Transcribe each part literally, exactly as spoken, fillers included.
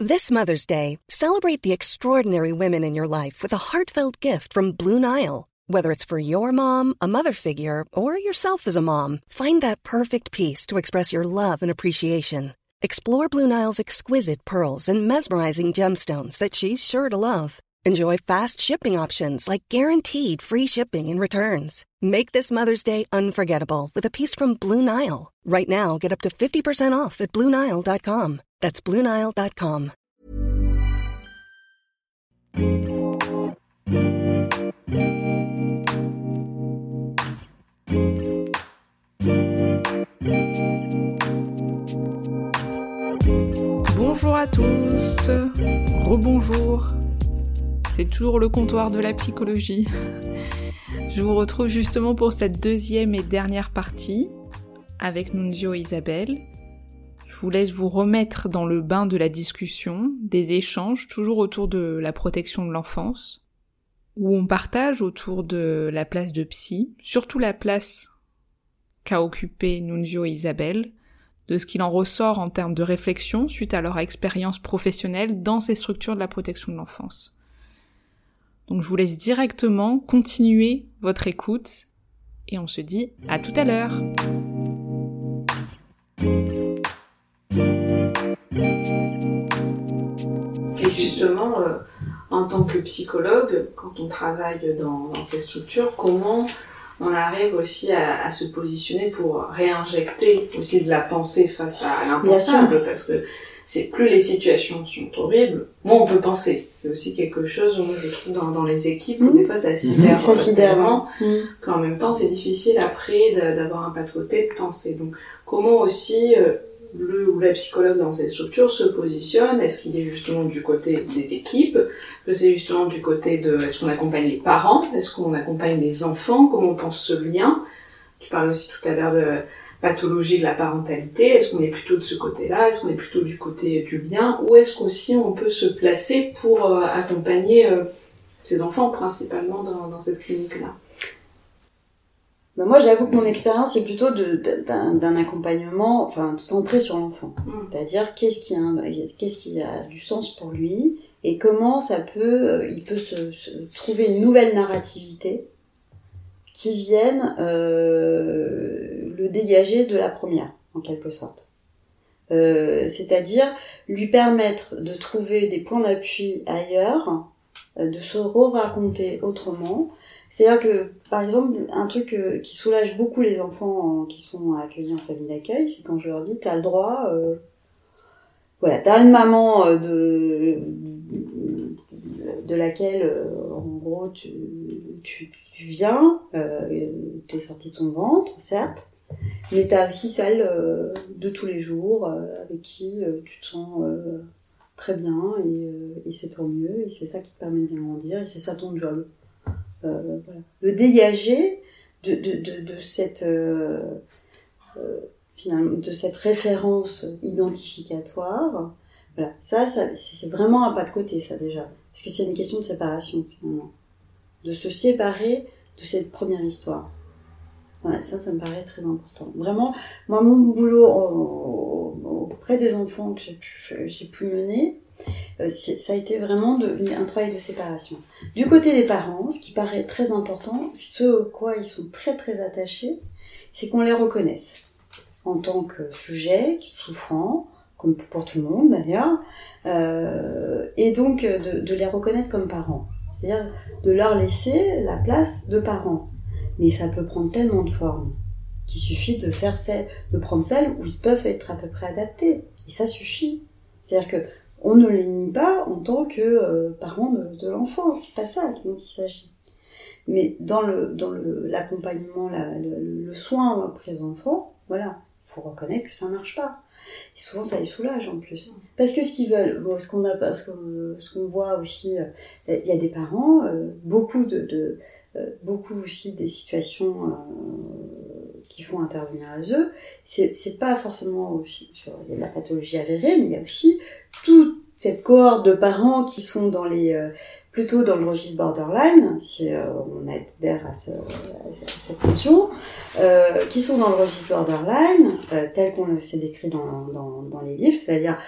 This Mother's Day, celebrate the extraordinary women in your life with a heartfelt gift from Blue Nile. Whether it's for your mom, a mother figure, or yourself as a mom, find that perfect piece to express your love and appreciation. Explore Blue Nile's exquisite pearls and mesmerizing gemstones that she's sure to love. Enjoy fast shipping options like guaranteed free shipping and returns. Make this Mother's Day unforgettable with a piece from Blue Nile. Right now, get up to fifty percent off at blue nile dot com. That's blue nile dot com. Bonjour à tous, rebonjour. C'est toujours le comptoir de la psychologie. Je vous retrouve justement pour cette deuxième et dernière partie avec Nunzio et Isabelle. Je vous laisse vous remettre dans le bain de la discussion, des échanges, toujours autour de la protection de l'enfance, où on partage autour de la place de psy, surtout la place qu'a occupée Nunzio et Isabelle, de ce qu'il en ressort en termes de réflexion suite à leur expérience professionnelle dans ces structures de la protection de l'enfance. Donc je vous laisse directement continuer votre écoute et on se dit à tout à l'heure. C'est justement, euh, en tant que psychologue, quand on travaille dans, dans ces structures, comment on arrive aussi à, à se positionner pour réinjecter aussi de la pensée face à l'impensable, parce que c'est plus les situations sont horribles, moins on peut penser. C'est aussi quelque chose, moi je trouve, dans, dans les équipes, où mmh. des fois ça sidère mmh. tellement, mmh. qu'en même temps c'est difficile après d'avoir un pas de côté, de penser. Donc comment aussi euh, le ou la psychologue dans ces structures se positionne? Est-ce qu'il est justement du côté des équipes? Est-ce que c'est justement du côté de... Est-ce qu'on accompagne les parents? Est-ce qu'on accompagne les enfants? Comment on pense ce lien? Tu parlais aussi tout à l'heure de pathologie de la parentalité. Est-ce qu'on est plutôt de ce côté-là? Est-ce qu'on est plutôt du côté du lien? Ou est-ce qu'aussi on peut se placer pour euh, accompagner euh, ces enfants principalement dans, dans cette clinique-là? Ben moi, j'avoue que mon expérience est plutôt de, de, d'un, d'un accompagnement, enfin, centré sur l'enfant. Mmh. C'est-à-dire, qu'est-ce qui, a, qu'est-ce qui a du sens pour lui et comment ça peut, il peut se, se trouver une nouvelle narrativité qui vienne euh, le dégager de la première, en quelque sorte. Euh, c'est-à-dire, lui permettre de trouver des points d'appui ailleurs, euh, de se re-raconter autrement. C'est-à-dire que, par exemple, un truc euh, qui soulage beaucoup les enfants euh, qui sont accueillis en famille d'accueil, c'est quand je leur dis, t'as le droit, euh, voilà, t'as une maman euh, de, de laquelle, euh, en gros, tu, tu, tu viens, euh, t'es sortie de son ventre, certes, mais t'as aussi celle euh, de tous les jours, euh, avec qui euh, tu te sens euh, très bien, et, euh, et c'est tant mieux, et c'est ça qui te permet de bien grandir, et c'est ça ton job. Euh, voilà. Le dégager de, de, de, de cette euh, euh, finalement de cette référence identificatoire, voilà, ça, ça c'est vraiment un pas de côté, ça déjà, parce que c'est une question de séparation finalement, de se séparer de cette première histoire. Voilà, ça, ça me paraît très important. Vraiment, moi, mon boulot auprès des enfants que j'ai pu, j'ai pu mener, Euh, ça a été vraiment de, un travail de séparation. Du côté des parents, ce qui paraît très important, ce à quoi ils sont très très attachés, c'est qu'on les reconnaisse en tant que sujet souffrant, comme pour tout le monde d'ailleurs, euh, et donc de, de les reconnaître comme parents, c'est-à-dire de leur laisser la place de parents. Mais ça peut prendre tellement de formes qu'il suffit de faire celle, de prendre celles où ils peuvent être à peu près adaptés, et ça suffit. C'est-à-dire que on ne les nie pas en tant que euh, parents de, de l'enfant, c'est pas ça dont il s'agit. Mais dans le dans le l'accompagnement, la, le, le soin auprès des enfants, voilà, il faut reconnaître que ça marche pas. Et souvent ça les soulage en plus, parce que ce qu'ils veulent, bon, ce qu'on a, ce qu'on ce qu'on voit aussi, il euh, y a des parents, euh, beaucoup de, de euh, beaucoup aussi des situations euh, qui font intervenir les eux, c'est, c'est pas forcément aussi, il y a de la pathologie avérée, mais il y a aussi toute cette cohorte de parents qui sont dans les, euh, plutôt dans le registre borderline, si euh, on adhère à, ce, à cette notion, euh, qui sont dans le registre borderline, euh, tel qu'on le s'est décrit dans, dans, dans les livres, c'est-à-dire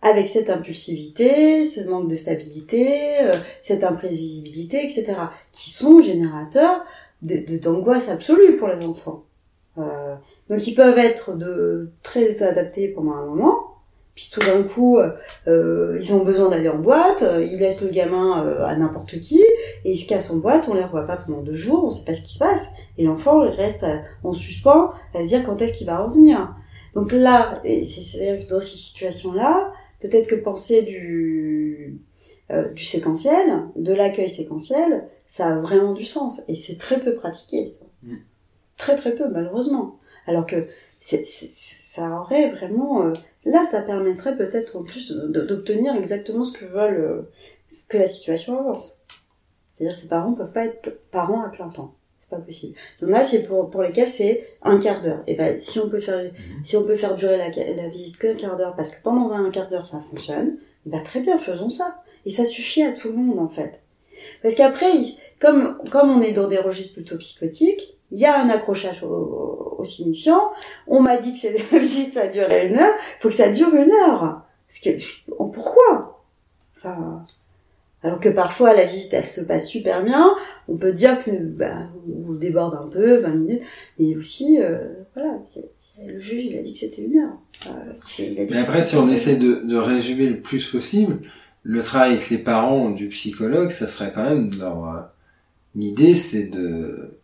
avec cette impulsivité, ce manque de stabilité, euh, cette imprévisibilité, et cetera, qui sont générateurs de, de, d'angoisse absolue pour les enfants. Euh, donc ils peuvent être de très adaptés pendant un moment, puis tout d'un coup, euh, ils ont besoin d'aller en boîte, ils laissent le gamin euh, à n'importe qui, et ils se cassent en boîte, on les revoit pas pendant deux jours, on sait pas ce qui se passe, et l'enfant reste à, en suspens à se dire quand est-ce qu'il va revenir. Donc là, et c'est, c'est-à-dire que dans ces situations-là, peut-être que penser du, euh, du séquentiel, de l'accueil séquentiel, ça a vraiment du sens, et c'est très peu pratiqué, ça. Mmh. Très très peu, malheureusement. Alors que c'est, c'est, ça aurait vraiment... Euh, là, ça permettrait peut-être en plus de, d'obtenir exactement ce que veulent... Euh, que la situation avance. C'est-à-dire que ces parents peuvent pas être parents à plein temps. C'est pas possible. Il y en a, c'est pour, pour lesquels c'est un quart d'heure. Et ben, si on peut faire, mmh. si on peut faire durer la, la visite qu'un quart d'heure, parce que pendant un quart d'heure, ça fonctionne, ben très bien, faisons ça. Et ça suffit à tout le monde, en fait. Parce qu'après, comme, comme on est dans des registres plutôt psychotiques, il y a un accrochage au, au, au signifiant. On m'a dit que cette visite, ça durait une heure. Il faut que ça dure une heure. Parce que, pourquoi? Enfin, alors que parfois, la visite, elle se passe super bien. On peut dire que, bah, on déborde un peu, vingt minutes. Mais aussi, euh, voilà, le juge, il a dit que c'était une heure. Euh, il a dit Mais après, si on essaie de, de résumer le plus possible, le travail avec les parents du psychologue, ça serait quand même leur, euh, l'idée, c'est de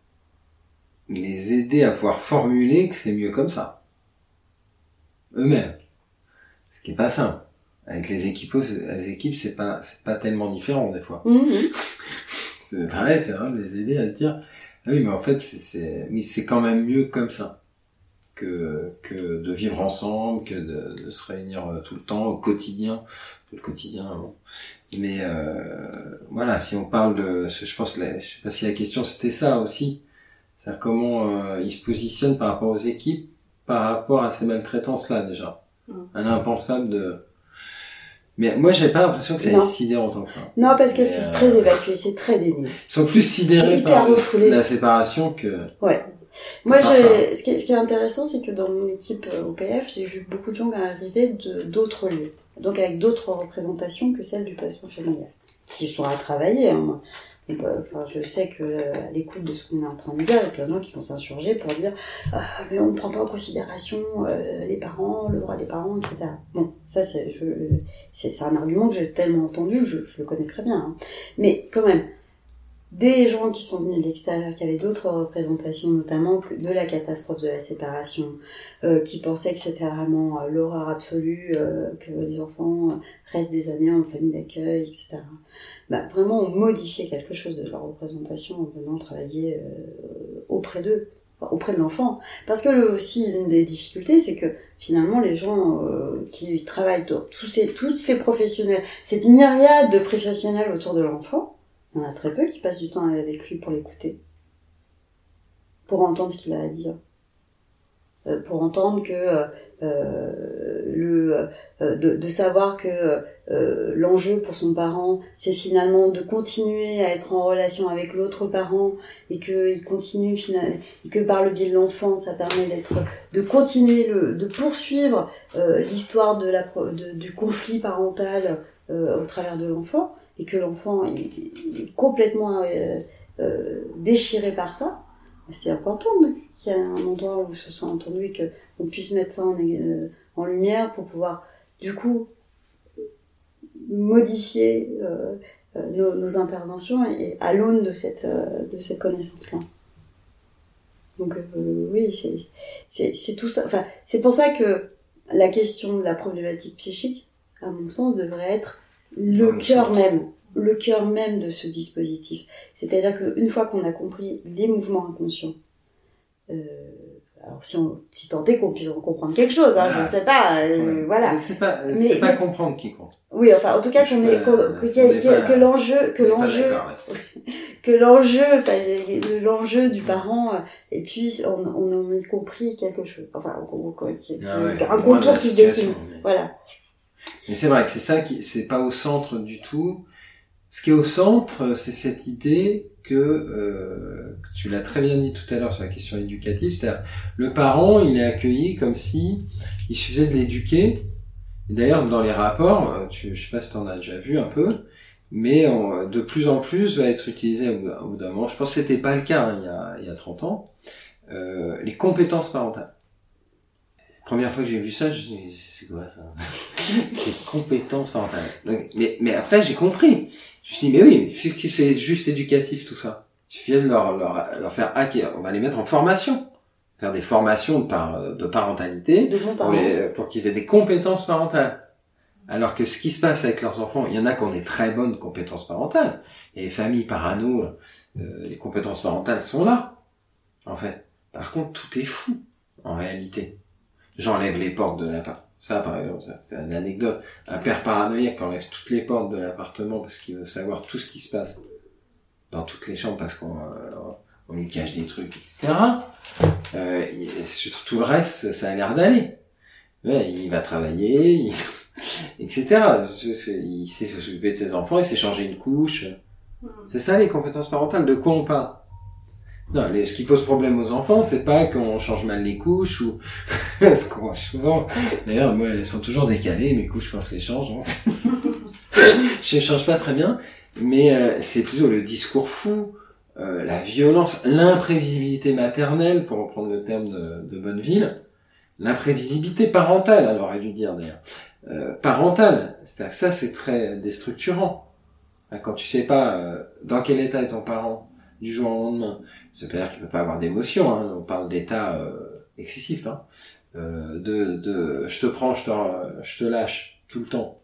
les aider à pouvoir formuler que c'est mieux comme ça. Eux-mêmes. Ce qui est pas simple. Avec les équipes, les équipes, c'est pas, c'est pas tellement différent, des fois. Mmh. c'est vrai, c'est vrai, de les aider à se dire, ah oui, mais en fait, c'est, c'est, oui, c'est quand même mieux comme ça. Que, que de vivre ensemble, que de, de se réunir tout le temps, au quotidien. Le quotidien, bon. Mais, euh, voilà, si on parle de, je pense, la, je sais pas si la question c'était ça aussi. C'est-à-dire comment euh, ils se positionnent par rapport aux équipes, par rapport à ces maltraitances-là, déjà. Mmh. Un impensable de... Mais moi, j'avais pas l'impression que ça allait sidérer autant que ça. Non, parce que Mais c'est euh... très évacué, c'est très dénié. Ils sont plus sidérés par le, la séparation que... Ouais. Que moi, j'ai, ce qui, est, ce qui est intéressant, c'est que dans mon équipe O P F, j'ai vu beaucoup de gens arriver de, d'autres lieux. Donc avec d'autres représentations que celles du placement familial. Qui sont à travailler, hein. Donc, euh, enfin, je sais que euh, à l'écoute de ce qu'on est en train de dire, il y a plein de gens qui vont s'insurger pour dire euh, mais on ne prend pas en considération euh, les parents, le droit des parents, et cetera. Bon, ça c'est, je, c'est, c'est un argument que j'ai tellement entendu, je, je le connais très bien. Hein. Mais quand même, des gens qui sont venus de l'extérieur, qui avaient d'autres représentations, notamment de la catastrophe de la séparation, euh, qui pensaient que c'était vraiment euh, l'horreur absolue, euh, que les enfants restent des années en famille d'accueil, et cetera. Bah, vraiment, on modifiait quelque chose de leur représentation en venant travailler euh, auprès d'eux, enfin, auprès de l'enfant. Parce que le, aussi, l'une des difficultés, c'est que finalement, les gens euh, qui travaillent, tous ces, toutes ces professionnels, cette myriade de professionnels autour de l'enfant, il y en a très peu qui passent du temps avec lui pour l'écouter, pour entendre ce qu'il a à dire, euh, pour entendre que euh, le euh, de, de savoir que euh, l'enjeu pour son parent, c'est finalement de continuer à être en relation avec l'autre parent et que il continue finalement, et que par le biais de l'enfant, ça permet d'être, de continuer le, de poursuivre euh, l'histoire de la de, du conflit parental euh, au travers de l'enfant. Et que l'enfant est, est complètement euh, euh, déchiré par ça, c'est important qu'il y ait un endroit où ce soit entendu et qu'on puisse mettre ça en, euh, en lumière pour pouvoir, du coup, modifier euh, euh, nos, nos interventions et, à l'aune de cette, euh, de cette connaissance-là. Donc euh, oui, c'est, c'est, c'est tout ça. Enfin, c'est pour ça que la question de la problématique psychique, à mon sens, devrait être le cœur même, le cœur même de ce dispositif. C'est-à-dire qu'une fois qu'on a compris les mouvements inconscients, euh, alors si, on, si tant est qu'on puisse en comprendre quelque chose, hein, voilà. Je sais pas, euh, ouais. Voilà. C'est pas, mais, c'est pas mais, comprendre qui compte. Oui, enfin, en tout cas, qu'on est, qu'on, qu'on, qu'il y a, qu'il y a, que l'enjeu, que l'enjeu, que l'enjeu, enfin, l'enjeu du parent, et puis on, on en a compris quelque chose. Enfin, on, on, qui, ah ouais, un contour qui se dessine. Mais... Voilà. Mais c'est vrai que c'est ça qui, c'est pas au centre du tout. Ce qui est au centre, c'est cette idée que, euh, tu l'as très bien dit tout à l'heure sur la question éducative, c'est-à-dire, le parent, il est accueilli comme si il suffisait de l'éduquer, Et d'ailleurs, dans les rapports, tu, je sais pas si t'en as déjà vu un peu, mais on, de plus en plus va être utilisé au bout d'un moment. Je pense que c'était pas le cas hein, il y a, il y a trente ans. Euh, les compétences parentales. La première fois que j'ai vu ça, je me dis, c'est quoi ça? C'est compétences parentales. Donc, mais, mais après, j'ai compris. Je me suis dit, mais oui, puisque c'est juste éducatif tout ça. Il suffit de leur, leur, leur faire hacker. On va les mettre en formation. Faire des formations de, par, de parentalité de bons pour, les, pour qu'ils aient des compétences parentales. Alors que ce qui se passe avec leurs enfants, il y en a qui ont des très bonnes compétences parentales. Et les familles parano, euh, les compétences parentales sont là, en fait. Par contre, tout est fou, en réalité. J'enlève les portes de l'appart. Ça, par exemple, ça, c'est une anecdote. Un père paranoïaque enlève toutes les portes de l'appartement parce qu'il veut savoir tout ce qui se passe dans toutes les chambres parce qu'on euh, on lui cache des trucs, et cetera. Euh, sur tout le reste, ça a l'air d'aller. Ouais, il va travailler, il... et cetera. Il sait s'occuper de ses enfants, il sait changer une couche. C'est ça les compétences parentales. De quoi on parle? Non, les, ce qui pose problème aux enfants, c'est pas qu'on change mal les couches ou ce qu'on voit souvent. D'ailleurs, moi, elles sont toujours décalées, mes couches quand je les change. Hein. Je les change pas très bien, mais euh, c'est plutôt le discours fou, euh, la violence, l'imprévisibilité maternelle, pour reprendre le terme de, de Bonneville, l'imprévisibilité parentale, elle aurait dû dire d'ailleurs, euh, parentale. C'est-à-dire que ça, c'est très déstructurant. Quand tu sais pas euh, dans quel état est ton parent du jour au lendemain, ça veut pas dire qu'il peut pas avoir d'émotion, hein. On parle d'état euh, excessif, hein. euh, de, de je te prends, je te, je te lâche tout le temps.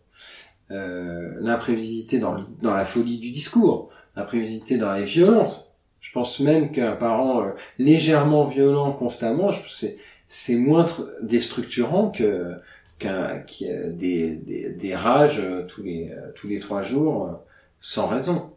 Euh, l'imprévisibilité dans, dans la folie du discours, l'imprévisibilité dans les violences. Je pense même qu'un parent euh, légèrement violent constamment, je pense que c'est, c'est moins tr- déstructurant que qu'un qui a des, des des rages euh, tous les euh, tous les trois jours euh, sans raison.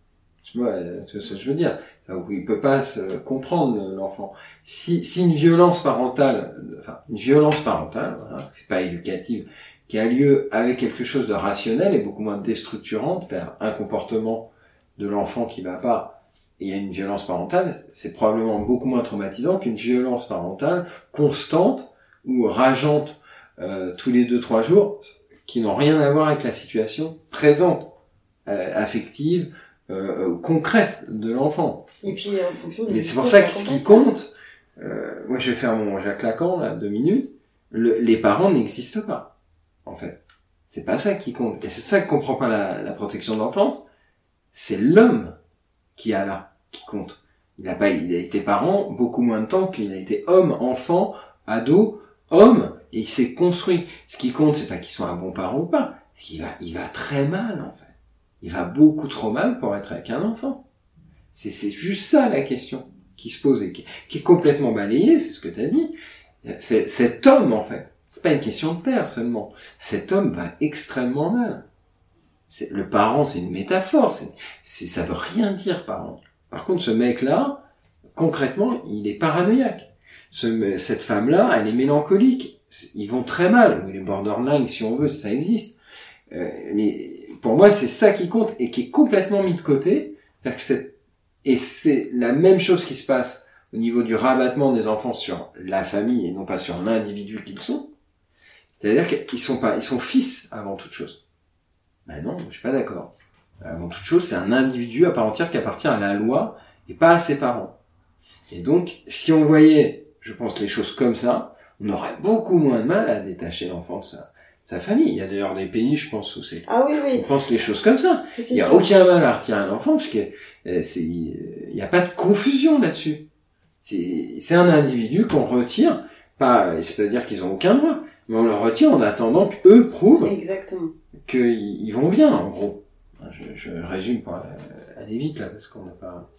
Tu vois, tu vois ce que je veux dire. Donc, il peut pas se comprendre l'enfant. Si si une violence parentale, enfin une violence parentale, voilà, c'est pas éducative, qui a lieu avec quelque chose de rationnel et beaucoup moins déstructurant, c'est-à-dire un comportement de l'enfant qui va pas, et il y a une violence parentale, c'est probablement beaucoup moins traumatisant qu'une violence parentale constante ou rageante euh, tous les deux trois jours, qui n'ont rien à voir avec la situation présente, euh, affective, euh, euh, concrète de l'enfant. Et puis en fonction de. Mais c'est pour ça que ce qui compte, euh, moi je vais faire mon Jacques Lacan là, deux minutes. Le, les parents n'existent pas, en fait. C'est pas ça qui compte. Et c'est ça que comprend pas la, la protection de l'enfance. C'est l'homme qui a là, qui compte. Il a pas, il a été parent beaucoup moins de temps qu'il a été homme, enfant, ado, homme, et il s'est construit. Ce qui compte, c'est pas qu'il soit un bon parent ou pas. C'est qu'il va, il va très mal, en fait. Il va beaucoup trop mal pour être avec un enfant. C'est, c'est juste ça la question qui se pose et qui, qui est complètement balayée, c'est ce que t'as dit. C'est, cet homme, en fait. C'est pas une question de père seulement. Cet homme va extrêmement mal. C'est, le parent, c'est une métaphore. C'est, c'est, ça veut rien dire, parent. Par contre, ce mec-là, concrètement, il est paranoïaque. Ce, cette femme-là, elle est mélancolique. Ils vont très mal. Ou il est borderline, si on veut, ça existe. Euh, mais pour moi, c'est ça qui compte et qui est complètement mis de côté. C'est-à-dire que c'est, et c'est la même chose qui se passe au niveau du rabattement des enfants sur la famille et non pas sur l'individu qu'ils sont. C'est-à-dire qu'ils sont pas, ils sont fils avant toute chose. Ben non, je suis pas d'accord. Avant toute chose, c'est un individu à part entière qui appartient à la loi et pas à ses parents. Et donc, si on voyait, je pense, les choses comme ça, on aurait beaucoup moins de mal à détacher l'enfant de sa, sa famille. Il y a d'ailleurs des pays, je pense, où c'est, ah oui, oui. on pense les choses comme ça. C'est il y a sûr. aucun mal à retirer un enfant parce que euh, c'est, il y a pas de confusion là-dessus. C'est, c'est un individu qu'on retire, pas, c'est-à-dire qu'ils ont aucun droit, mais on le retire en attendant qu'eux prouvent Exactement. qu'ils ils vont bien, en gros. Je, je résume pour aller vite là, parce qu'on n'a pas...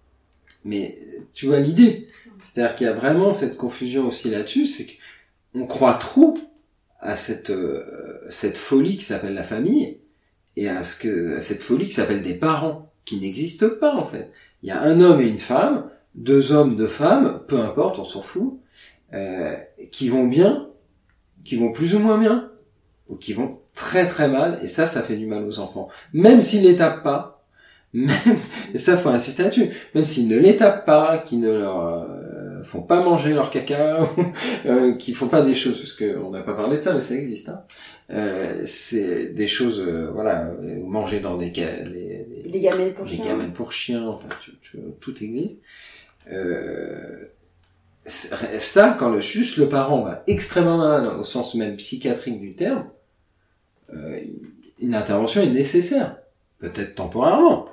Mais tu vois l'idée. C'est-à-dire qu'il y a vraiment cette confusion aussi là-dessus, c'est qu'on croit trop à cette euh, cette folie qui s'appelle la famille et à ce que à cette folie qui s'appelle des parents qui n'existent pas en fait. Il y a un homme et une femme, deux hommes, deux femmes, peu importe, on s'en fout, euh, qui vont bien, qui vont plus ou moins bien, ou qui vont très très mal, et ça, ça fait du mal aux enfants. Même s'ils les tapent pas, même, et ça faut insister là-dessus, même s'ils ne les tapent pas, qu'ils ne leur euh, font pas manger leur caca, euh, qu'ils font pas des choses, parce que on n'a pas parlé de ça, mais ça existe, hein. Euh, c'est des choses, euh, voilà, manger dans des, des, des, des gamelles pour des chiens, gamelles pour chiens, enfin, tu, tu, tout existe. Euh, ça, quand le, juste le parent va extrêmement mal, au sens même psychiatrique du terme, euh, une intervention est nécessaire, peut-être temporairement.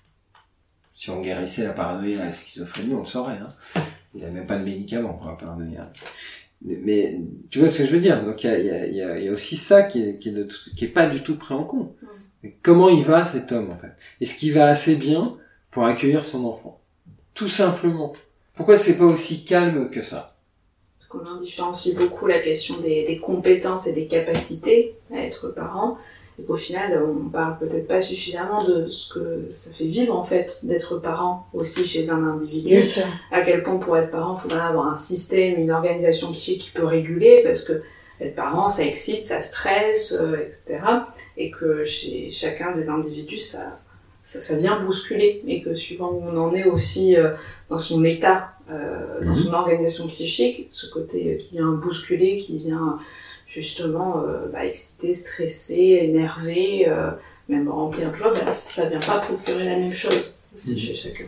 Si on guérissait la paranoïa et la schizophrénie, on le saurait. Hein. Il n'y a même pas de médicaments pour la paranoïa. Mais tu vois ce que je veux dire. Donc il y a, y, a, y, a, y a aussi ça qui est, qui est, de tout, qui est pas du tout pris en compte. Et comment il va cet homme en fait? Est-ce qu'il va assez bien pour accueillir son enfant? Tout simplement. Pourquoi c'est pas aussi calme que ça? Parce qu'on en différencie beaucoup la question des, des compétences et des capacités à être parent. Et qu'au final, on parle peut-être pas suffisamment de ce que ça fait vivre, en fait, d'être parent aussi chez un individu. Bien sûr. À quel point, pour être parent, il faudrait avoir un système, une organisation psychique qui peut réguler, parce que être parent, ça excite, ça stresse, euh, et cetera. Et que chez chacun des individus, ça, ça, ça vient bousculer. Et que suivant où on en est aussi euh, dans son état, euh, dans son organisation psychique, ce côté qui vient bousculer, qui vient... justement euh, bah, excité, stressé, énervé, euh, même remplir de joie, bah, ça vient pas procurer la même chose aussi mmh. chez chacun.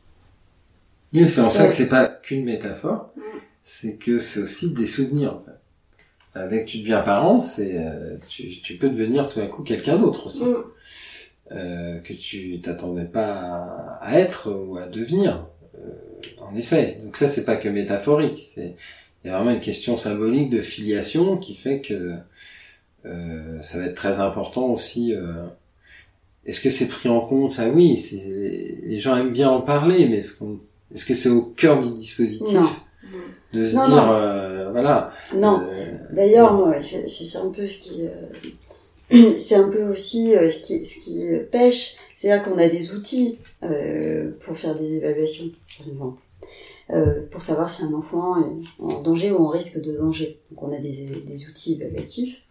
Oui, c'est en ça que c'est pas qu'une métaphore, mmh. c'est que c'est aussi des souvenirs. En fait. Dès que tu deviens parent, c'est euh, tu, tu peux devenir tout d'un coup quelqu'un d'autre aussi, mmh. euh, que tu t'attendais pas à, à être ou à devenir. Euh, en effet, donc ça c'est pas que métaphorique, c'est il y a vraiment une question symbolique de filiation qui fait que euh, ça va être très important aussi. Euh, est-ce que c'est pris en compte? Ça, oui, c'est, les gens aiment bien en parler, mais est-ce, qu'on, est-ce que c'est au cœur du dispositif non. de se non, dire, non. Euh, voilà. Non. Euh, D'ailleurs, non. moi, c'est, c'est un peu ce qui, euh, c'est un peu aussi euh, ce qui, ce qui pêche, c'est-à-dire qu'on a des outils euh, pour faire des évaluations, par exemple. Euh, pour savoir si un enfant est en danger ou en risque de danger. Donc on a des, des outils évaluatifs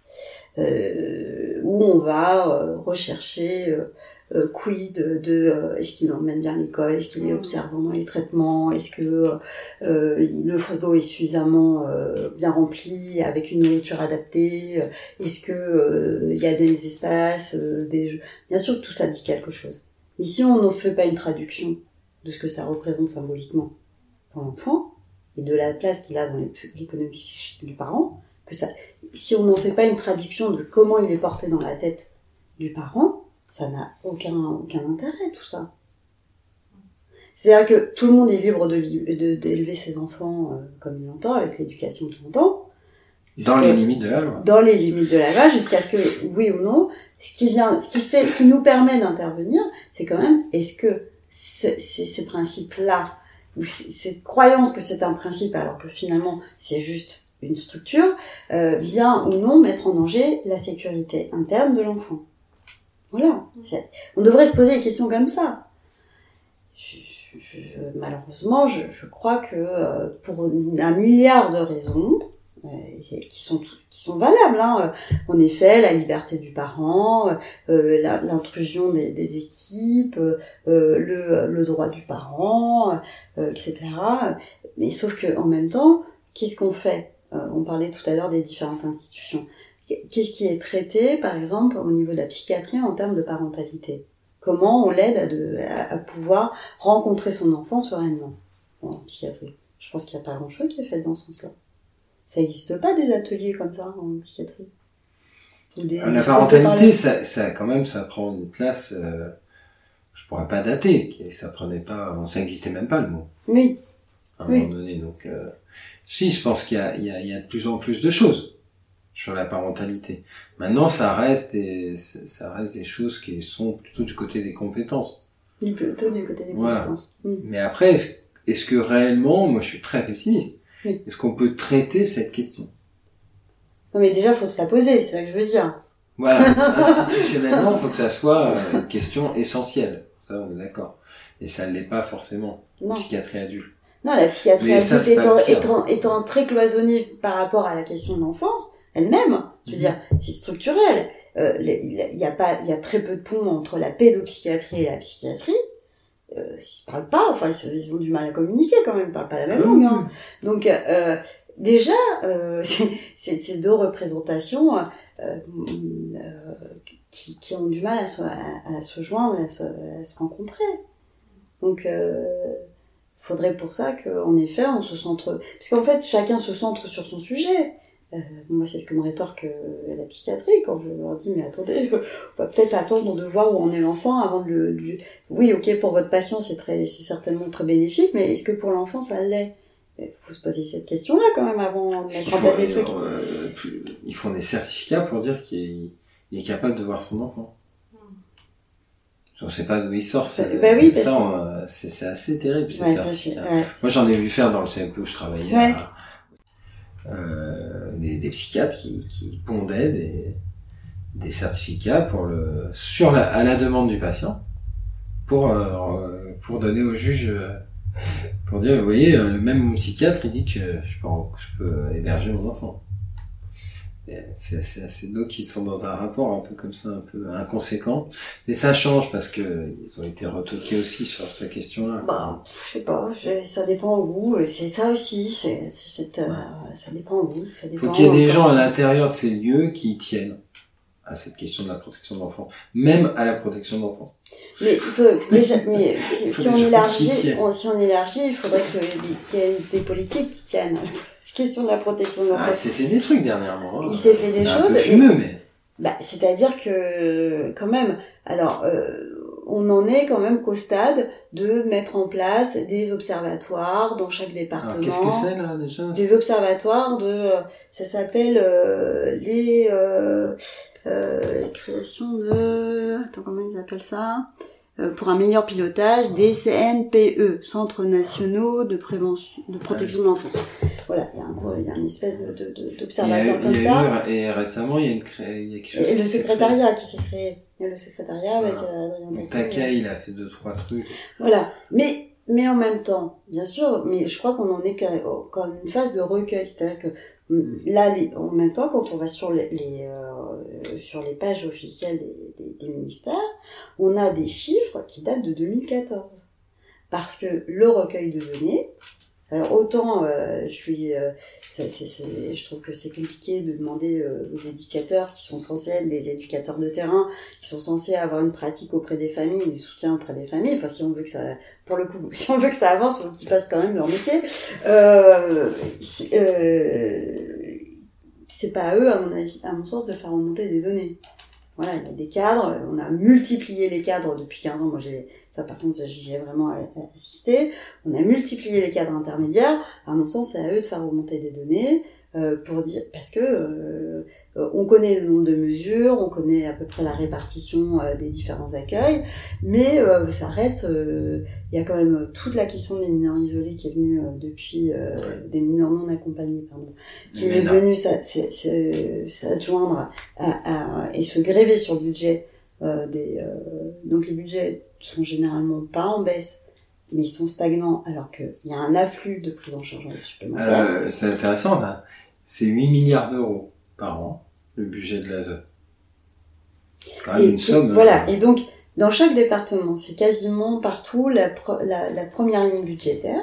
euh, où on va euh, rechercher euh, euh, quid de, de euh, est-ce qu'il emmène bien à l'école, est-ce qu'il est observant dans les traitements, est-ce que euh, le frigo est suffisamment euh, bien rempli avec une nourriture adaptée, est-ce que euh, il y a des espaces, euh, des jeux. Bien sûr que tout ça dit quelque chose. Mais si on ne fait pas une traduction de ce que ça représente symboliquement pour l'enfant et de la place qu'il a dans l'économie psychique du parent, que ça, si on n'en fait pas une traduction de comment il est porté dans la tête du parent, ça n'a aucun aucun intérêt tout ça. C'est-à-dire que tout le monde est libre de, de d'élever ses enfants euh, comme il l'entend, avec l'éducation qu'il entend, dans les limites de la loi. Dans les limites de la loi, jusqu'à ce que oui ou non, ce qui vient, ce qui fait, ce qui nous permet d'intervenir, c'est quand même est-ce que ce, ces, ces principes-là ou cette croyance que c'est un principe alors que finalement c'est juste une structure, euh, vient ou non mettre en danger la sécurité interne de l'enfant. Voilà. C'est, on devrait se poser des questions comme ça. Je, je, je, malheureusement, je, je crois que euh, pour un milliard de raisons, euh, qui sont qui sont valables, hein, en effet, la liberté du parent, euh, la, l'intrusion des, des équipes, euh, le, le droit du parent, euh, et cetera. Mais sauf que en même temps, qu'est-ce qu'on fait? euh, On parlait tout à l'heure des différentes institutions. Qu'est-ce qui est traité, par exemple, au niveau de la psychiatrie en termes de parentalité? Comment on l'aide à, de, à, à pouvoir rencontrer son enfant sereinement en psychiatrie? Je pense qu'il n'y a pas grand-chose qui est fait dans ce sens-là. Ça n'existe pas des ateliers comme ça en psychiatrie. Ou des, la parentalité, ça, ça, quand même, ça prend une place. Euh, je pourrais pas dater. Ça prenait pas, ça n'existait même pas le mot. Oui. À un oui. moment donné, donc. Euh, si, je pense qu'il y a, il y a, il y a de plus en plus de choses sur la parentalité. Maintenant, ça reste des, ça reste des choses qui sont plutôt du côté des compétences. Du plutôt du côté des voilà. compétences. Mmh. Mais après, est-ce, est-ce que réellement, moi, je suis très pessimiste. Oui. Est-ce qu'on peut traiter cette question? Non, mais déjà, faut se la poser, c'est ça que je veux dire. Voilà. Institutionnellement, il faut que ça soit une question essentielle. Ça, on est d'accord. Et ça ne l'est pas forcément. Non. Psychiatrie adulte. Non, la psychiatrie mais ça, adulte étant, étant, étant, étant très cloisonnée par rapport à la question de l'enfance, elle-même, je veux mm-hmm. dire, c'est structurel. euh, il y a pas, il y a très peu de ponts entre la pédopsychiatrie et la psychiatrie. Euh, ils se parlent pas, enfin ils ont du mal à communiquer quand même, ils parlent pas la même langue. Hein. Donc euh, déjà, euh, c'est, c'est ces deux représentations euh, euh, qui, qui ont du mal à se, à, à se joindre, à se, à se rencontrer. Donc euh, faudrait pour ça qu'en effet on se centre, parce qu'en fait chacun se centre sur son sujet. Euh, moi c'est ce que me rétorque euh, la psychiatrie quand je leur dis mais attendez, on va peut-être attendre de voir où en est l'enfant avant de le du... oui ok pour votre patient c'est très c'est certainement très bénéfique, mais est-ce que pour l'enfant ça l'est? Il faut se poser cette question là quand même avant de mettre en place des trucs. Euh, plus, ils font des certificats pour dire qu'il est, il est capable de voir son enfant. On sait pas d'où il sort, c'est, bah oui, ça, on, c'est, c'est assez terrible, ces ouais, certificats. Ouais. Moi, j'en ai vu faire dans le C M P où je travaillais, ouais. à, euh, des, des psychiatres qui, qui pondaient des, des certificats pour le, sur la, à la demande du patient, pour, euh, pour donner au juge, euh, pour dire, vous voyez, le même psychiatre, il dit que je peux, je peux héberger mon enfant. C'est, c'est assez donc ils sont dans un rapport un peu comme ça, un peu inconséquent. Mais ça change parce que ils ont été retoqués aussi sur cette question-là. Bah, je sais pas, je, ça dépend où. C'est ça aussi, c'est, c'est cette, ouais. euh, ça dépend où. Ça dépend. Faut qu'il y ait des gens à l'intérieur de ces lieux qui tiennent à cette question de la protection de l'enfant, même à la protection de l'enfant. Mais il faut déjà, mais si, si on élargit, on, si on élargit, il faudrait que, qu'il y ait des politiques qui tiennent. Question de la protection de l'enfant. Ah, il s'est fait des trucs dernièrement. Il s'est fait des c'est choses. Un peu fumeux, mais. Bah, c'est-à-dire que, quand même, alors, euh, on en est quand même qu'au stade de mettre en place des observatoires dans chaque département. Alors, qu'est-ce que c'est, là, déjà? Des observatoires de, ça s'appelle, euh, les, euh, euh, créations de, attends, comment ils appellent ça? Pour un meilleur pilotage des C N P E, Centres Nationaux de Prévention, de Protection de l'Enfance. Voilà, il y a un gros, il y a une espèce de, de, de d'observatoire comme ça. Eu, et récemment, il y a une cré... il y a quelque chose. Et le secrétariat qui s'est créé. Il y a le secrétariat avec euh, Adrien Taquet, il a fait deux, trois trucs. Voilà. Mais, mais en même temps, bien sûr, mais je crois qu'on en est qu'à, qu'à une phase de recueil. C'est-à-dire que, là, les, en même temps, quand on va sur les, les euh, sur les pages officielles des, des, des ministères, on a des chiffres qui datent de deux mille quatorze. Parce que le recueil de données, alors autant euh, je suis, euh, c'est, c'est, c'est, je trouve que c'est compliqué de demander euh, aux éducateurs qui sont censés être des éducateurs de terrain, qui sont censés avoir une pratique auprès des familles, du soutien auprès des familles. Enfin, si on veut que ça, pour le coup, si on veut que ça avance, faut qu'ils fassent quand même leur métier. Euh, si, euh, c'est pas à eux, à mon avis, à mon sens, de faire remonter des données. Voilà, il y a des cadres, on a multiplié les cadres depuis quinze ans, moi j'ai, ça par contre j'y ai vraiment assisté, on a multiplié les cadres intermédiaires, à mon sens c'est à eux de faire remonter des données, euh, pour dire, parce que euh, on connaît le nombre de mesures, on connaît à peu près la répartition euh, des différents accueils, mais euh, ça reste, il euh, y a quand même toute la question des mineurs isolés qui est venue euh, depuis, euh, ouais. des mineurs non accompagnés, pardon, qui mais est non. venue s'adjoindre à, à, et se gréver sur le budget euh, des, euh, donc les budgets sont généralement pas en baisse, mais ils sont stagnants alors qu'il y a un afflux de prise en charge supplémentaire. Euh, c'est intéressant là, c'est huit milliards d'euros par an, le budget de l'A S E. C'est quand même et, une somme. Et, voilà, euh... et donc dans chaque département, c'est quasiment partout la, pro, la, la première ligne budgétaire.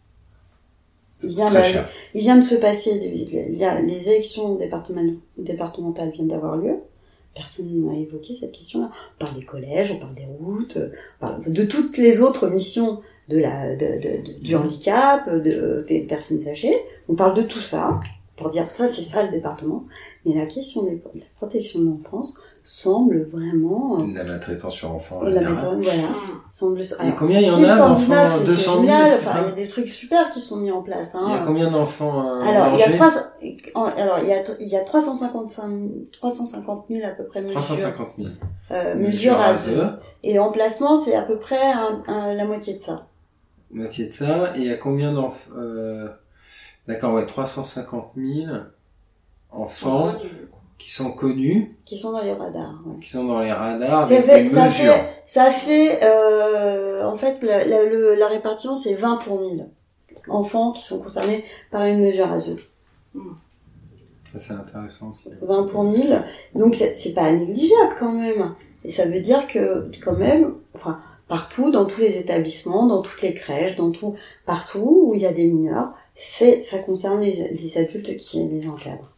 Il vient, de, il vient de se passer, il y a, les élections départementales, départementales viennent d'avoir lieu. Personne n'a évoqué cette question-là. On parle des collèges, on parle des routes, on parle de toutes les autres missions de la, de, de, de, du handicap, de, des personnes âgées. On parle de tout ça, pour dire ça, c'est ça le département. Mais la question de la protection de l'enfance semble vraiment... Euh, la maltraitance sur enfants. La maltraitance, voilà. Mmh. Semble, alors, et combien il y en a d'enfants? C'est, deux cent mille, c'est génial. Enfin, il y a des trucs super qui sont mis en place. Hein. Il y a combien d'enfants euh, alors, il y a trois, alors, il y a, il y a trois cent cinquante-cinq, trois cent cinquante mille à peu près mesures. trois cent cinquante mille. Euh, mesures à deux. Et l'emplacement, c'est à peu près un, un, la moitié de ça. Moitié de ça. Et il y a combien d'enfants, euh, d'accord, ouais, trois cent cinquante mille enfants qui sont connus. Qui sont dans les radars, ouais. Qui sont dans les radars ça avec fait, des ça mesures. Fait, ça fait, euh, en fait, la, la, le, la répartition, c'est vingt pour mille enfants qui sont concernés par une mesure A S E. Mmh. Ça, c'est intéressant aussi. vingt pour mille. Donc, c'est, c'est pas négligeable quand même. Et ça veut dire que, quand même, enfin, partout, dans tous les établissements, dans toutes les crèches, dans tout, partout où il y a des mineurs, c'est, ça concerne les, les adultes qui les encadrent.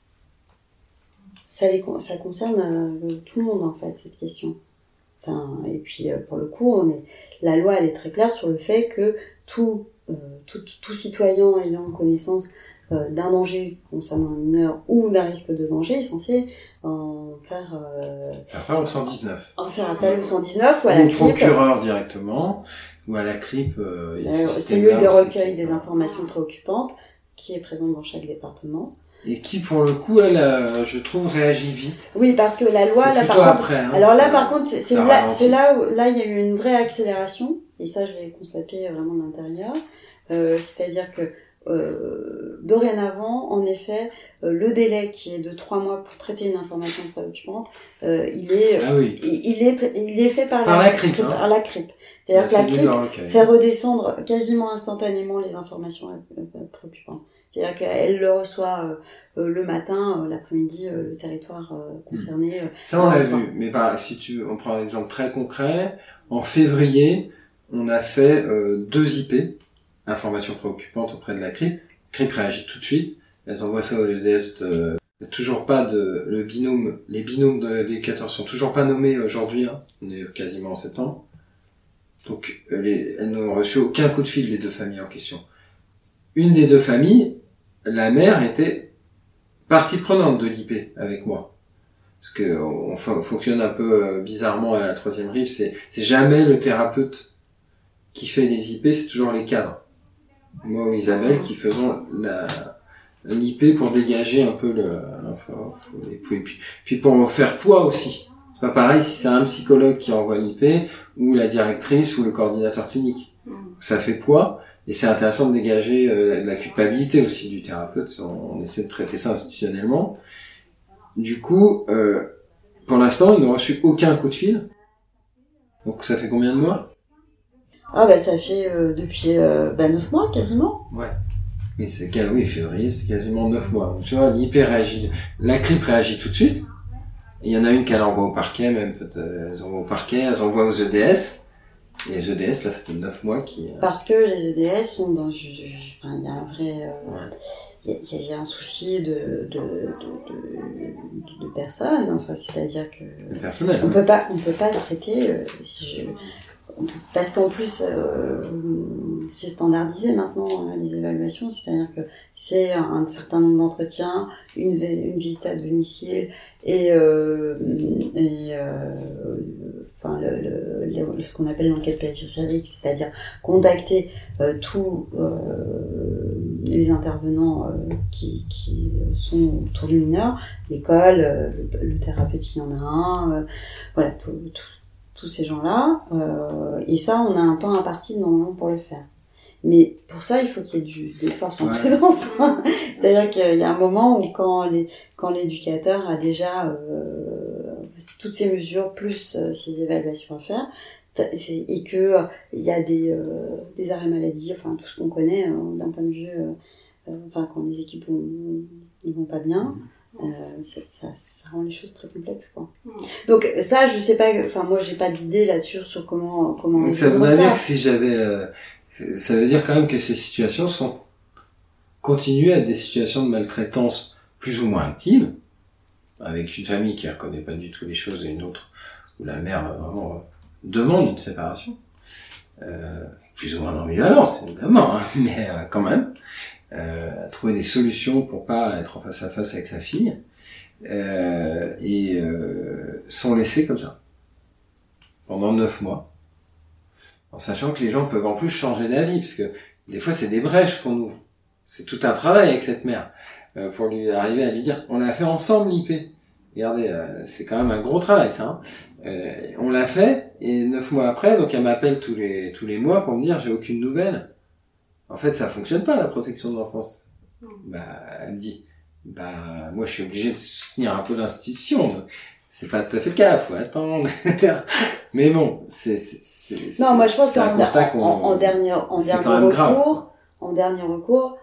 Ça, les, ça concerne euh, tout le monde, en fait, cette question. Enfin, et puis, euh, pour le coup, on est, la loi, elle est très claire sur le fait que tout, euh, tout, tout citoyen ayant connaissance euh, d'un danger concernant un mineur ou d'un risque de danger est censé en faire... Euh, Après, au cent dix-neuf. En faire appel au cent dix-neuf ou à ou la au C R I P. procureur directement, ou à la C R I P. Euh, Euh, cellule de recueil des informations préoccupantes qui est présente dans chaque département. Et qui, pour le coup, elle, euh, je trouve, réagit vite. Oui, parce que la loi, c'est là, plutôt par contre, après, hein, alors là, ça- par contre, c'est, c'est ça là, ralentit. c'est là où, là, il y a eu une vraie accélération, et ça, je l'ai constaté vraiment de l'intérieur. Euh, c'est-à-dire que, euh, dorénavant, en effet, euh, le délai qui est de trois mois pour traiter une information préoccupante, euh, il est, Ah oui. il, il est, il est fait par, Par la, la C R I P, hein. par la C R I P. C'est-à-dire que la cellule C R I de P recueil. fait redescendre quasiment instantanément les informations euh, euh, préoccupantes. C'est-à-dire qu'elle le reçoit euh, euh, le matin, euh, l'après-midi, euh, le territoire euh, concerné. Euh, Ça, on le l'a reçoit. vu. Mais bah, si tu, on prend un exemple très concret. En février, on a fait euh, deux I P, informations préoccupantes auprès de la C R I P. C R I P réagit tout de suite. Elles envoient ça au E D S. De, toujours pas de le binôme. Les binômes de- d'éducateurs sont toujours pas nommés aujourd'hui. Hein. On est quasiment en septembre. Donc, euh, les, elles n'ont reçu aucun coup de fil, les deux familles en question. Une des deux familles, la mère était partie prenante de l'I P avec moi. Parce que on fon- fonctionne un peu euh, bizarrement à la troisième rive, c'est, c'est jamais le thérapeute qui fait les I P, c'est toujours les cadres. Moi ou Isabelle qui faisons la, l'I P pour dégager un peu le, enfin, et puis, puis, puis pour faire poids aussi. C'est pas pareil si c'est un psychologue qui envoie l'I P ou la directrice ou le coordinateur clinique. Ça fait poids. Et c'est intéressant de dégager euh, de la culpabilité aussi du thérapeute. On, on essaie de traiter ça institutionnellement. Du coup, euh, pour l'instant, ils n'ont reçu aucun coup de fil. Donc ça fait combien de mois ? Ah bah ça fait euh, depuis euh, bah, neuf mois quasiment. Ouais. Oui, c'est qu'à- oui, février, c'est quasiment neuf mois. Donc tu vois, l'I P réagit, la C R I P réagit tout de suite. Il y en a une qu'elle envoie au parquet, même peut-être, elles envoient au parquet, elles envoient aux E D S. Et les E D S, là, ça fait neuf mois qui... Parce que les E D S sont dans... Enfin, il y a un vrai... euh, Ouais. Il y, a- il y a un souci de, de, de, de, de personnes, enfin, c'est-à-dire que... Le personnel. On hein. peut pas, on peut pas traiter... euh, je- Parce qu'en plus, euh, c'est standardisé maintenant, hein, les évaluations, c'est-à-dire que c'est un certain nombre d'entretiens, une, vi- une visite à domicile et, euh, et euh, enfin, le, le, le- ce qu'on appelle l'enquête périphérique, c'est-à-dire contacter euh, tous euh, les intervenants euh, qui, qui sont autour du mineur, l'école, euh, le, le thérapeute, il y en a un, euh, voilà, tout, tout tous ces gens-là, euh, et ça, on a un temps imparti normalement pour le faire. Mais pour ça, il faut qu'il y ait du, des forces en Ouais. présence. C'est-à-dire qu'il y a un moment où quand les, quand l'éducateur a déjà euh, toutes ces mesures plus euh, ces évaluations à faire, t'as- c'est- et que euh, il y a des, euh, des arrêts maladie, enfin tout ce qu'on connaît euh, d'un point de vue, euh, euh, enfin quand les équipes vont, ils vont pas bien. Euh, ça, ça, ça rend les choses très complexes, quoi. Mm. Donc ça, je sais pas, enfin moi j'ai pas d'idée là-dessus sur comment comment Donc ça résoudre voudrait ça. dire que si j'avais... euh, ça veut dire quand même que ces situations sont continuent à être des situations de maltraitance plus ou moins actives, avec une famille qui reconnaît pas du tout les choses et une autre où la mère euh, vraiment euh, demande une séparation. Euh, plus ou moins non violence, évidemment, hein, mais euh, quand même. Euh, à trouver des solutions pour pas être en face à face avec sa fille euh, et euh, sont laissés comme ça pendant neuf mois, en sachant que les gens peuvent en plus changer d'avis, parce que des fois c'est des brèches qu'on ouvre, c'est tout un travail avec cette mère euh, pour lui arriver à lui dire on l'a fait ensemble l'I P, regardez euh, c'est quand même un gros travail ça, hein. Euh, on l'a fait et neuf mois après, donc elle m'appelle tous les tous les mois pour me dire j'ai aucune nouvelle. En fait, ça fonctionne pas, la protection de l'enfance. Mm. Bah, elle me dit, bah, moi, je suis obligé de soutenir un peu l'institution. C'est pas tout à fait le cas, faut attendre, et cetera. Mais bon, c'est, c'est, c'est, Non, moi je pense c'est un qu'en constat en, qu'on... en, en dernier, en c'est quand dernier même grave. recours, en dernier recours,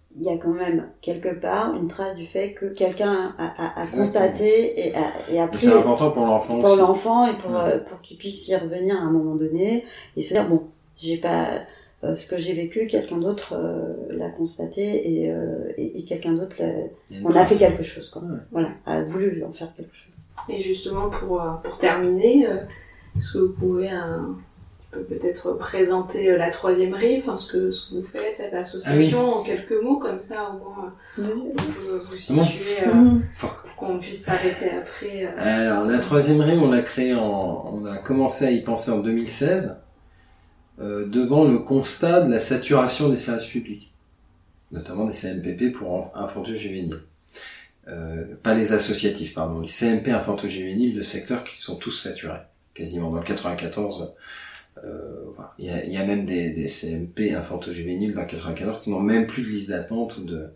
il y a quand même quelque part une trace du fait que quelqu'un a, a, a constaté et, a, et a pris... C'est important pour l'enfant pour aussi. l'enfant et pour, ouais. euh, pour qu'il puisse y revenir à un moment donné et se dire, bon, j'ai pas... Euh, ce que j'ai vécu, quelqu'un d'autre euh, l'a constaté et, euh, et, et quelqu'un d'autre l'a... On a fait quelque chose, quoi. Ouais. Voilà, a voulu en faire quelque chose. Et justement, pour, pour terminer, euh, est-ce que vous pouvez un... peut-être présenter la troisième rive, enfin, ce, que, ce que vous faites, cette association, ah oui. en quelques mots, comme ça, au moins, oui. on peut vous situer, euh, mmh. pour qu'on puisse s'arrêter après. Euh... Alors, la troisième rive, on l'a créée en, on a commencé à y penser en deux mille seize, euh, devant le constat de la saturation des services publics, notamment des C M P P pour infanto-juvéniles. Euh, pas les associatifs, pardon, les C M P infanto-juvéniles de secteurs qui sont tous saturés, quasiment dans le quatre-vingt-quatorze. Euh, voilà. il, y a, il y a même des, des C M P infanto-juvéniles dans quatre-vingt-quatorze qui n'ont même plus de liste d'attente ou de,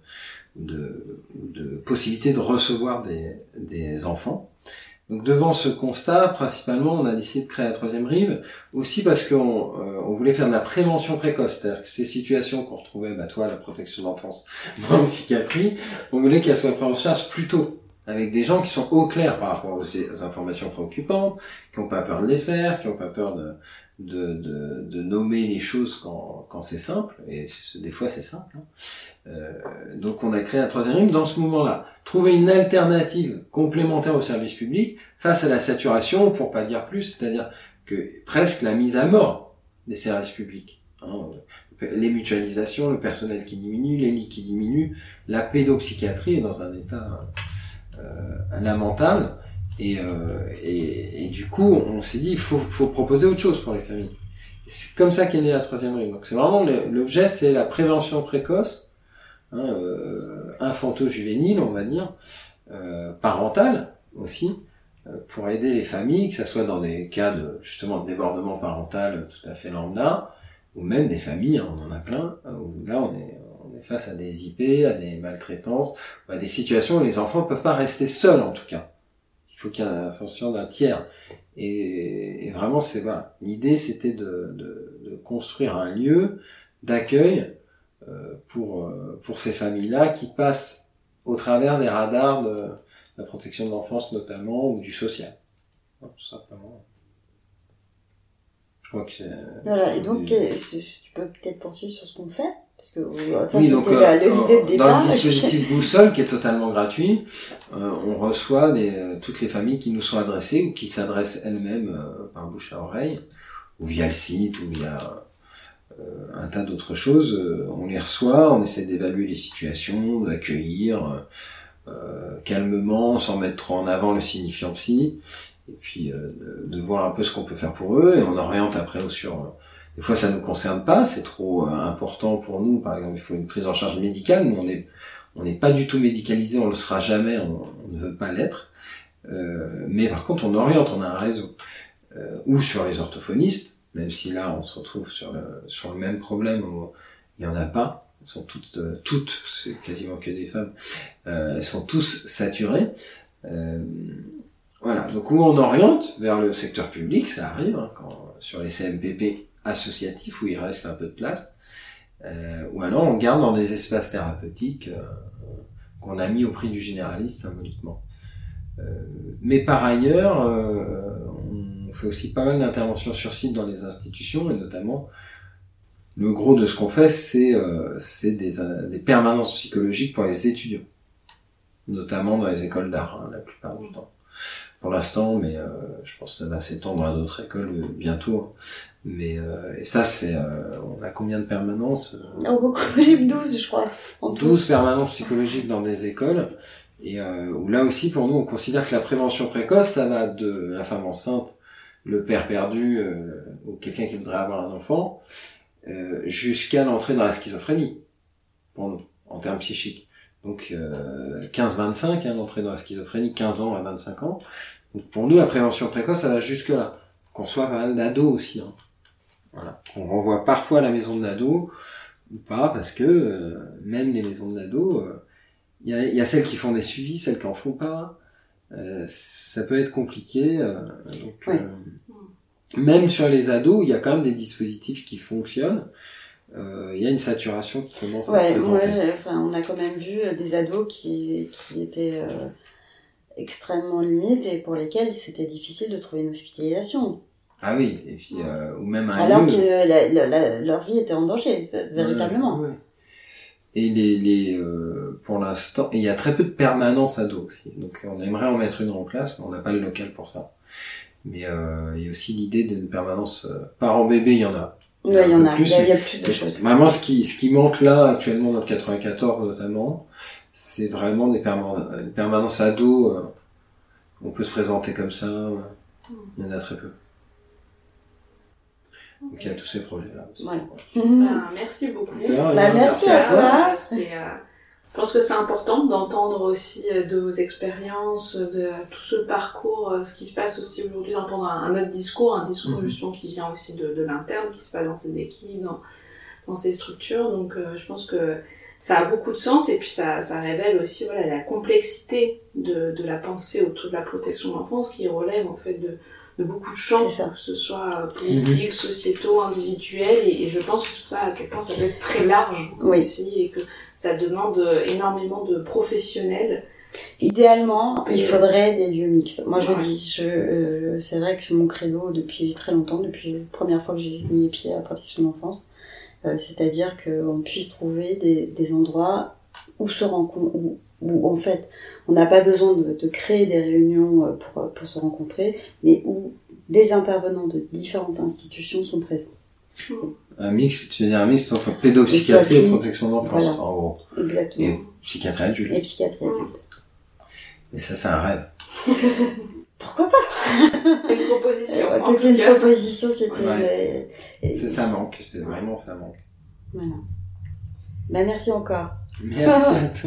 de, de possibilité de recevoir des, des enfants. Donc devant ce constat, principalement, on a décidé de créer la troisième rive, aussi parce qu'on euh, on voulait faire de la prévention précoce, c'est-à-dire que ces situations qu'on retrouvait, bah toi, la protection de l'enfance, moi en psychiatrie, on voulait qu'elles soient prises en charge plus tôt, avec des gens qui sont au clair par rapport aux, aux informations préoccupantes, qui n'ont pas peur de les faire, qui n'ont pas peur de De, de, de nommer les choses quand, quand c'est simple, et des fois c'est simple. Hein. Euh, donc on a créé un troisième rive dans ce mouvement-là. Trouver une alternative complémentaire au service public face à la saturation, pour pas dire plus, c'est-à-dire que presque la mise à mort des services publics. Hein. Les mutualisations, le personnel qui diminue, les lits qui diminuent, la pédopsychiatrie est dans un état euh, lamentable. Et, euh, et, et du coup, on s'est dit, il faut, faut proposer autre chose pour les familles. Et c'est comme ça qu'est née la troisième rive. Donc c'est vraiment le, l'objet, c'est la prévention précoce, hein, euh, infanto-juvénile, on va dire, euh, parentale aussi, euh, pour aider les familles, que ce soit dans des cas de justement de débordement parental tout à fait lambda, ou même des familles, hein, on en a plein, où là on est, on est face à des I P, à des maltraitances, à des situations où les enfants ne peuvent pas rester seuls en tout cas. Il faut qu'il y ait l'intervention d'un tiers. Et, et vraiment, c'est voilà. L'idée, c'était de, de, de construire un lieu d'accueil euh, pour euh, pour ces familles-là qui passent au travers des radars de la protection de l'enfance notamment ou du social. Tout simplement. Je crois que c'est. Voilà. Et donc, des... tu peux peut-être poursuivre sur ce qu'on fait. Parce que ça, oui, c'était donc, la, euh, l'idée de départ. Dans le dispositif Boussole, qui est totalement gratuit, euh, on reçoit des, euh, toutes les familles qui nous sont adressées ou qui s'adressent elles-mêmes euh, par bouche à oreille, ou via le site, ou via euh, un tas d'autres choses. Euh, on les reçoit, on essaie d'évaluer les situations, d'accueillir euh, calmement, sans mettre trop en avant le signifiant psy, et puis euh, de, de voir un peu ce qu'on peut faire pour eux, et on oriente après sur... Euh, Des fois, ça nous concerne pas, c'est trop euh, important pour nous. Par exemple, il faut une prise en charge médicale. Nous, on est, on n'est pas du tout médicalisé, on le sera jamais, on, on ne veut pas l'être. Euh, mais par contre, on oriente, on a un réseau. Euh, ou sur les orthophonistes, même si là, on se retrouve sur le, sur le même problème où il y en a pas. Elles sont toutes, euh, toutes, c'est quasiment que des femmes, euh, elles sont tous saturées. Euh, voilà. Donc, où on oriente vers le secteur public, ça arrive, hein, quand, sur les C M P P associatif où il reste un peu de place, euh, ou alors on garde dans des espaces thérapeutiques euh, qu'on a mis au prix du généraliste symboliquement. Euh, mais par ailleurs, euh, on fait aussi pas mal d'interventions sur site dans les institutions, et notamment le gros de ce qu'on fait, c'est euh, c'est des, euh, des permanences psychologiques pour les étudiants, notamment dans les écoles d'art, hein, la plupart du temps. Pour l'instant, mais euh, je pense que ça va s'étendre à d'autres écoles euh, bientôt. Mais euh, et ça, c'est... Euh, on a combien de permanences euh, Oh, beaucoup. J'ai douze, je crois. En douze permanences psychologiques dans des écoles. Et euh, où là aussi, pour nous, on considère que la prévention précoce, ça va de la femme enceinte, le père perdu, euh, ou quelqu'un qui voudrait avoir un enfant, euh, jusqu'à l'entrée dans la schizophrénie, pour nous, en termes psychiques. Donc euh, quinze vingt-cinq, hein, l'entrée dans la schizophrénie, quinze ans à vingt-cinq ans. Donc pour nous, la prévention précoce, ça va jusque-là. Qu'on soit pas mal d'ados aussi. Hein. Voilà. On renvoie parfois à la maison de l'ado, ou pas, parce que euh, même les maisons de l'ado, il euh, y, a, y a celles qui font des suivis, celles qui en font pas. Euh, ça peut être compliqué. Euh, donc, oui. euh, même sur les ados, il y a quand même des dispositifs qui fonctionnent. il euh, y a une saturation qui commence ouais, à se présenter. Ouais, enfin, on a quand même vu des ados qui, qui étaient euh, extrêmement limites et pour lesquels c'était difficile de trouver une hospitalisation. Ah oui, et puis euh, ou même un alors lieu. que la, la, la, leur vie était en danger, véritablement. Ouais, ouais. Et les, les euh, pour l'instant, il y a très peu de permanence ados aussi. Donc on aimerait en mettre une en place, mais on n'a pas le local pour ça. Mais euh, il y a aussi l'idée d'une permanence euh, parent-bébé, il y en a. Oui, il y en a. Plus, il y a plus de choses. Vraiment, ce qui ce qui manque là actuellement dans le quatre-vingt-quatorze notamment, c'est vraiment des permanences, une permanence ados. Euh, on peut se présenter comme ça. Euh, il y en a très peu. Donc il y a tous ces projets-là. Voilà. Ben, merci beaucoup. Bah, merci, merci à toi. C'est, euh, je pense que c'est important d'entendre aussi euh, de vos expériences, de tout ce parcours, euh, ce qui se passe aussi aujourd'hui, d'entendre un, un autre discours, un discours mm-hmm. justement qui vient aussi de, de l'interne, qui se passe dans ces équipes, dans, dans ces structures. Donc euh, je pense que ça a beaucoup de sens et puis ça, ça révèle aussi voilà, la complexité de, de la pensée autour de la protection de l'enfance qui relève en fait de de beaucoup de champs, que ce soit politiques, mmh. sociétaux, individuels, et, et je pense que c'est pour ça à quel point ça peut être très large oui. aussi, et que ça demande énormément de professionnels. Idéalement, et... il faudrait des lieux mixtes. Moi, ouais. je dis, je, euh, c'est vrai que c'est mon credo depuis très longtemps, depuis la première fois que j'ai mis les pieds à la protection de l'enfance, euh, c'est-à-dire qu'on puisse trouver des, des endroits où se rencontrent, où, où en fait on n'a pas besoin de, de créer des réunions pour, pour se rencontrer, mais où des intervenants de différentes institutions sont présents. Un mix, tu veux dire un mix entre pédopsychiatrie et protection d'enfance, voilà. En gros. Exactement. Et psychiatrie adulte. Et psychiatrie adulte. Et ça, c'est un rêve. Pourquoi pas? C'est une proposition. Euh, c'est une cas. proposition, c'était... Ouais. Le... Et... C'est ça manque, c'est vraiment ça manque. Voilà. Bah, merci encore. Merci à toi.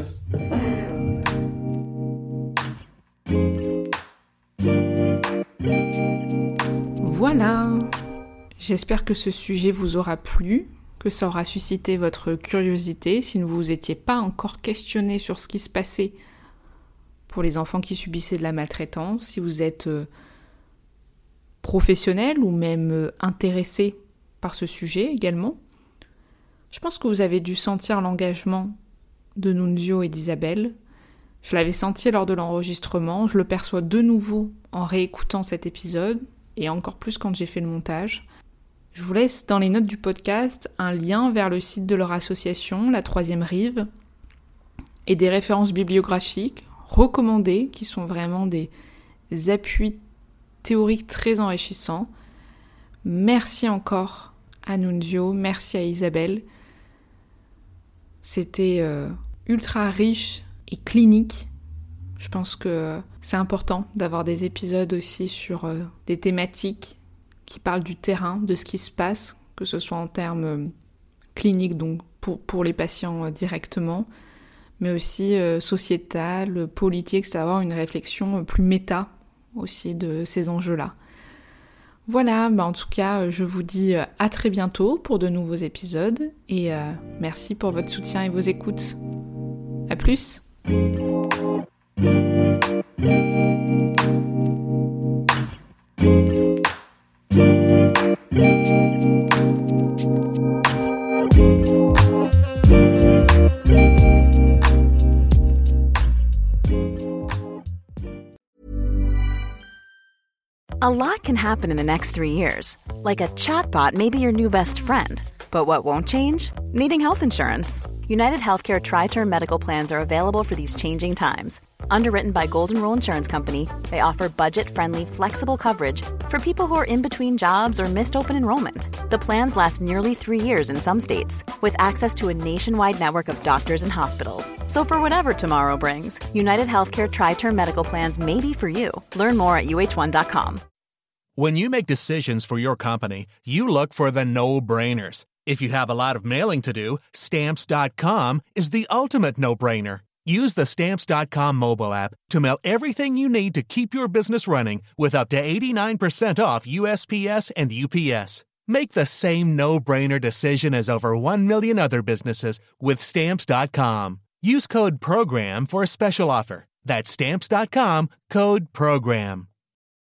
Voilà. J'espère que ce sujet vous aura plu, que ça aura suscité votre curiosité si vous vous étiez pas encore questionné sur ce qui se passait pour les enfants qui subissaient de la maltraitance, si vous êtes euh, professionnel ou même euh, intéressé par ce sujet également. Je pense que vous avez dû sentir l'engagement de Nunzio et d'Isabelle. Je l'avais senti lors de l'enregistrement, je le perçois de nouveau en réécoutant cet épisode, et encore plus quand j'ai fait le montage. Je vous laisse dans les notes du podcast un lien vers le site de leur association, La Troisième Rive, et des références bibliographiques recommandées, qui sont vraiment des appuis théoriques très enrichissants. Merci encore à Nunzio, merci à Isabelle. C'était euh, ultra riche et clinique. Je pense que c'est important d'avoir des épisodes aussi sur euh, des thématiques qui parlent du terrain, de ce qui se passe, que ce soit en termes euh, cliniques, donc pour, pour les patients euh, directement, mais aussi euh, sociétal, politique, c'est d'avoir une réflexion euh, plus méta aussi de ces enjeux-là. Voilà, bah en tout cas, je vous dis à très bientôt pour de nouveaux épisodes et euh, merci pour votre soutien et vos écoutes. À plus! A lot can happen in the next three years. Like a chatbot may be your new best friend. But what won't change? Needing health insurance. United Healthcare Tri-Term Medical Plans are available for these changing times. Underwritten by Golden Rule Insurance Company, they offer budget-friendly, flexible coverage for people who are in between jobs or missed open enrollment. The plans last nearly three years in some states, with access to a nationwide network of doctors and hospitals. So for whatever tomorrow brings, United Healthcare Tri-Term Medical Plans may be for you. Learn more at U H one dot com. When you make decisions for your company, you look for the no-brainers. If you have a lot of mailing to do, Stamps dot com is the ultimate no-brainer. Use the Stamps dot com mobile app to mail everything you need to keep your business running with up to eighty-nine percent off U S P S and U P S. Make the same no-brainer decision as over one million other businesses with Stamps dot com. Use code PROGRAM for a special offer. That's Stamps dot com, code PROGRAM.